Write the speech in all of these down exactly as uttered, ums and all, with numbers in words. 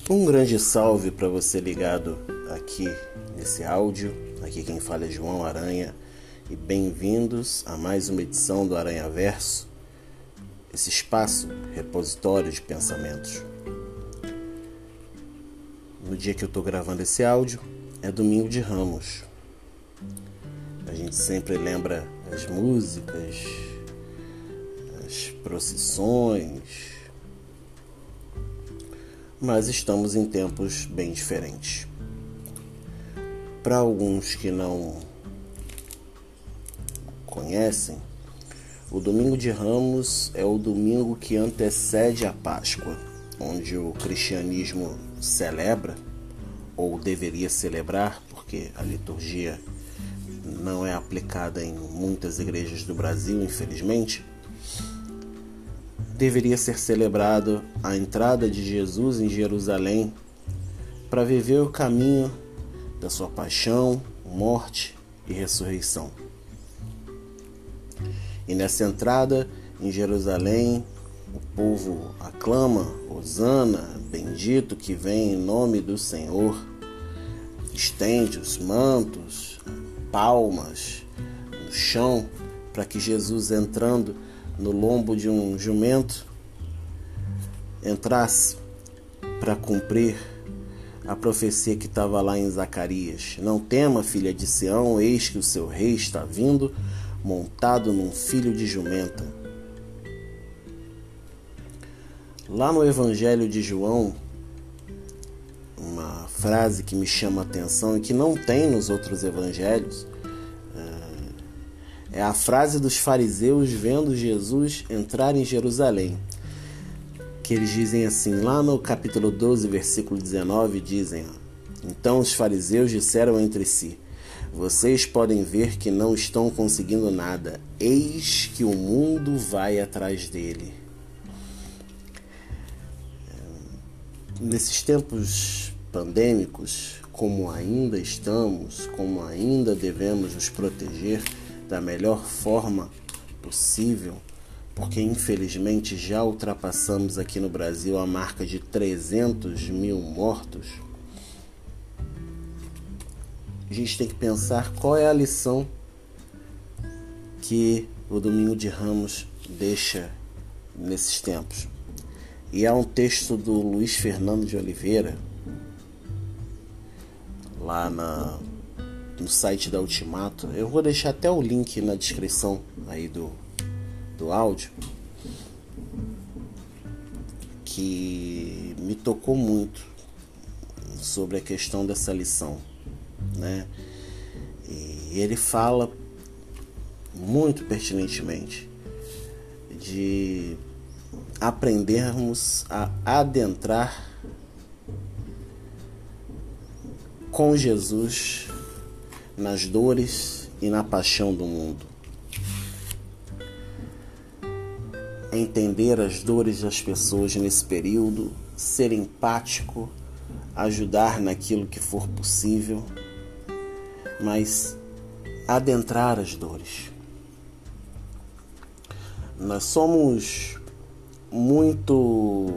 Um grande salve para você ligado aqui nesse áudio. Aqui quem fala é João Aranha e bem-vindos a mais uma edição do Aranha Verso, esse espaço repositório de pensamentos. No dia que eu estou gravando esse áudio é Domingo de Ramos. A gente sempre lembra as músicas, as procissões, mas estamos em tempos bem diferentes. Para alguns que não conhecem, o Domingo de Ramos é o domingo que antecede a Páscoa, onde o cristianismo celebra, ou deveria celebrar, porque a liturgia não é aplicada em muitas igrejas do Brasil, infelizmente. Deveria ser celebrado a entrada de Jesus em Jerusalém para viver o caminho da sua paixão, morte e ressurreição. E nessa entrada em Jerusalém, o povo aclama, Hosana, bendito que vem em nome do Senhor, estende os mantos, palmas no chão, para que Jesus, entrando no lombo de um jumento, entrasse para cumprir a profecia que estava lá em Zacarias. Não tema, filha de Sião, eis que o seu rei está vindo, montado num filho de jumenta. Lá no Evangelho de João, uma frase que me chama a atenção e que não tem nos outros evangelhos, é a frase dos fariseus vendo Jesus entrar em Jerusalém, que eles dizem assim, lá no capítulo doze, versículo dezenove, dizem: então os fariseus disseram entre si, vocês podem ver que não estão conseguindo nada, eis que o mundo vai atrás dele. Nesses tempos pandêmicos, como ainda estamos, como ainda devemos nos proteger da melhor forma possível, porque infelizmente já ultrapassamos aqui no Brasil a marca de trezentos mil mortos, a gente tem que pensar qual é a lição que o Domingo de Ramos deixa nesses tempos. E há um texto do Luiz Fernando de Oliveira, lá na, no site da Ultimato. Eu vou deixar até o link na descrição aí do, do áudio, que me tocou muito sobre a questão dessa lição, né? E ele fala muito pertinentemente de aprendermos a adentrar com Jesus nas dores e na paixão do mundo. Entender as dores das pessoas nesse período, ser empático, ajudar naquilo que for possível, mas adentrar as dores. Nós somos muito,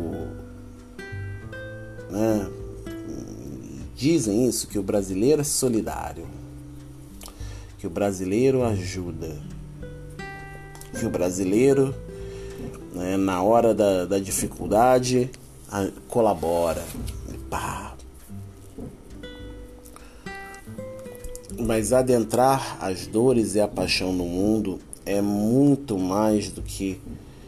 né, dizem isso, que o brasileiro é solidário, que o brasileiro ajuda, que o brasileiro, né, na hora da, da dificuldade a, colabora. Pá. Mas adentrar as dores e a paixão no mundo é muito mais do que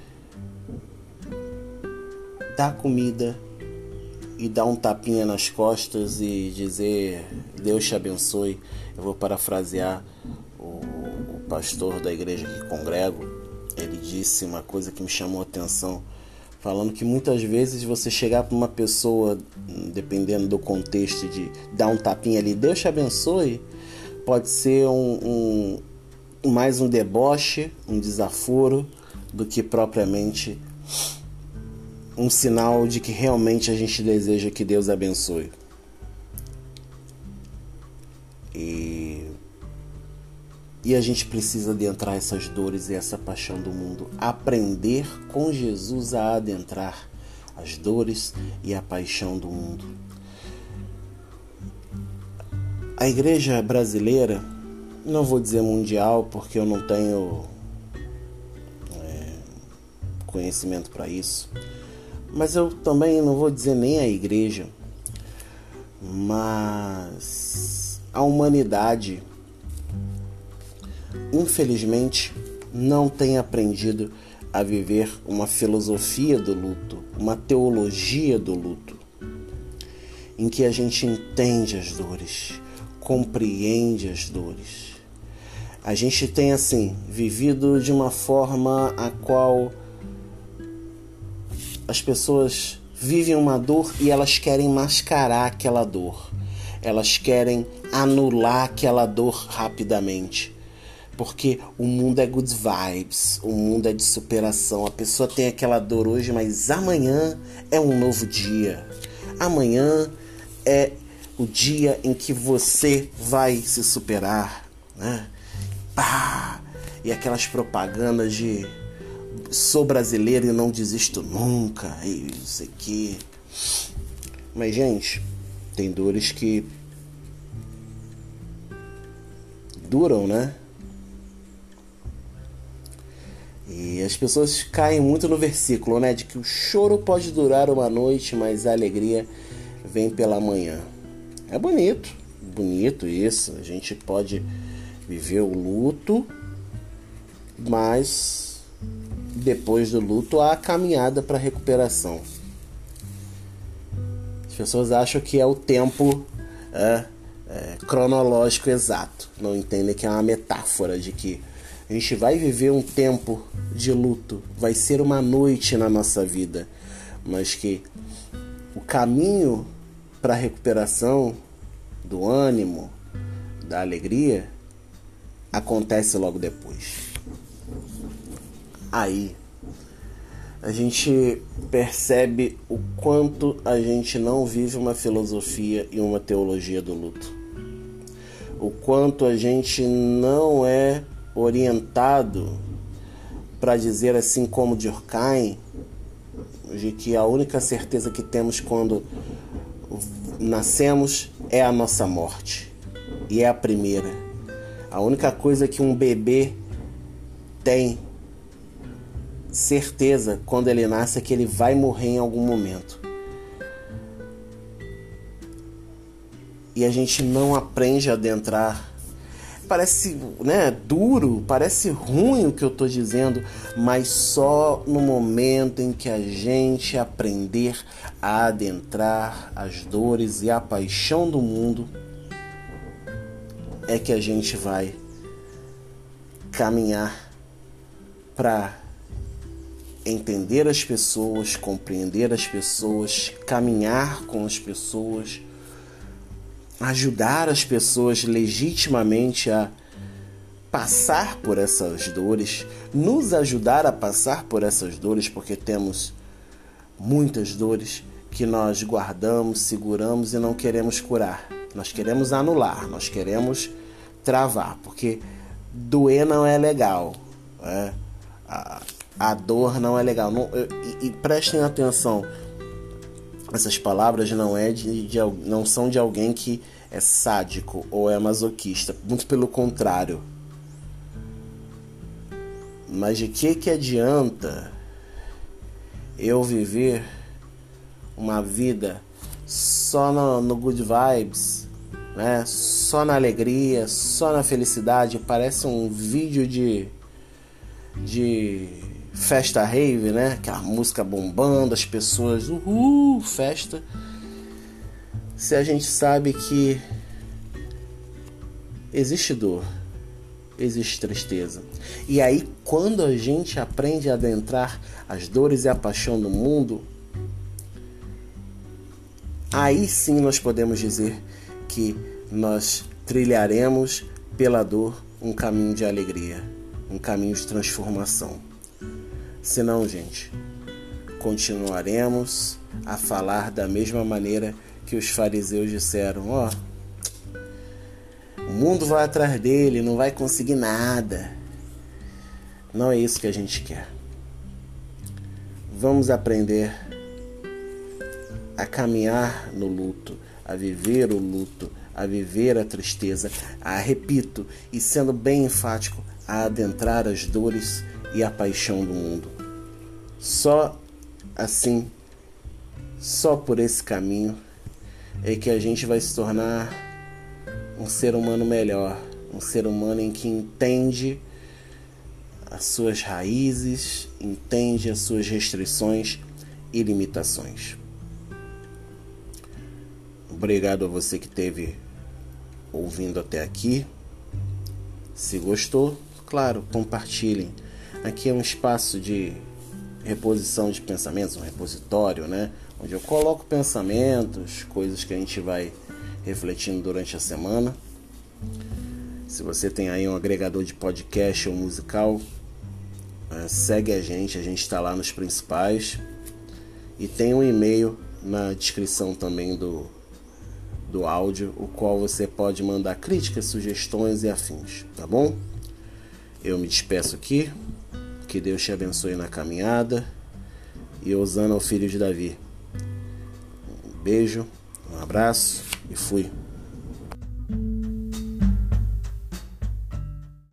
dar comida e dar um tapinha nas costas e dizer Deus te abençoe. Eu vou parafrasear o, o pastor da igreja que congrego. Ele disse uma coisa que me chamou a atenção, falando que muitas vezes você chegar para uma pessoa, dependendo do contexto, de dar um tapinha ali, Deus te abençoe, pode ser um, um, mais um deboche, um desaforo, do que propriamente um sinal de que realmente a gente deseja que Deus abençoe. E, e a gente precisa adentrar essas dores e essa paixão do mundo. Aprender com Jesus a adentrar. as dores e a paixão do mundo. A igreja brasileira, não vou dizer mundial porque eu não tenho é, conhecimento para isso, mas eu também não vou dizer nem a igreja, mas a humanidade, infelizmente, não tem aprendido a viver uma filosofia do luto, uma teologia do luto, em que a gente entende as dores, compreende as dores. A gente tem, assim, vivido de uma forma a qual as pessoas vivem uma dor e elas querem mascarar aquela dor. Elas querem anular aquela dor rapidamente. Porque o mundo é good vibes, o mundo é de superação. A pessoa tem aquela dor hoje, mas amanhã é um novo dia. Amanhã é o dia em que você vai se superar, né? Pá! E aquelas propagandas de sou brasileiro e não desisto nunca, e não sei o que. Mas, gente, tem dores que duram, né? E as pessoas caem muito no versículo, né? De que o choro pode durar uma noite, mas a alegria vem pela manhã. É bonito, bonito isso. A gente pode viver o luto, mas depois do luto há a caminhada para a recuperação. As pessoas acham que é o tempo é, é, cronológico exato. Não entendem que é uma metáfora de que a gente vai viver um tempo de luto, vai ser uma noite na nossa vida, mas que o caminho para a recuperação do ânimo, da alegria, acontece logo depois. Aí a gente percebe o quanto a gente não vive uma filosofia e uma teologia do luto. O quanto a gente não é orientado para dizer, assim como Durkheim, de que a única certeza que temos quando nascemos é a nossa morte. E é a primeira. A única coisa que um bebê tem certeza quando ele nasce é que ele vai morrer em algum momento. E a gente não aprende a adentrar. Parece, né, duro, parece ruim o que eu estou dizendo, mas só no momento em que a gente aprender a adentrar as dores e a paixão do mundo é que a gente vai caminhar para entender as pessoas, compreender as pessoas, caminhar com as pessoas, ajudar as pessoas legitimamente a passar por essas dores, nos ajudar a passar por essas dores, porque temos muitas dores que nós guardamos, seguramos e não queremos curar. Nós queremos anular, nós queremos travar, porque doer não é legal, né? a, a dor não é legal. Não, e, e prestem atenção, essas palavras não, é de, de, não são de alguém que é sádico ou é masoquista, muito pelo contrário. Mas de que que adianta eu viver uma vida só no, no good vibes, né? Só na alegria, só na felicidade? Parece um vídeo de, de festa rave, né? Aquela música bombando, as pessoas, uhul, festa. Se a gente sabe que existe dor, existe tristeza. E aí, quando a gente aprende a adentrar as dores e a paixão do mundo, aí sim nós podemos dizer que nós trilharemos pela dor um caminho de alegria, um caminho de transformação. Senão, gente, continuaremos a falar da mesma maneira que os fariseus disseram: ó, o mundo vai atrás dele, não vai conseguir nada. Não é isso que a gente quer. Vamos aprender a caminhar no luto, a viver o luto, a viver a tristeza, a, repito, e sendo bem enfático, a adentrar as dores e a paixão do mundo. Só assim, só por esse caminho é que a gente vai se tornar um ser humano melhor, um ser humano em que entende as suas raízes, entende as suas restrições e limitações. Obrigado a você que esteve ouvindo até aqui. Se gostou, claro, compartilhem. Aqui é um espaço de reposição de pensamentos, um repositório, né? Onde eu coloco pensamentos, coisas que a gente vai refletindo durante a semana. Se você tem aí um agregador de podcast ou musical, segue a gente, a gente está lá nos principais. E tem um e-mail na descrição também do, do áudio, o qual você pode mandar críticas, sugestões e afins, tá bom? Eu me despeço aqui, que Deus te abençoe na caminhada, e Hosana ao filho de Davi. Um beijo, um abraço e fui.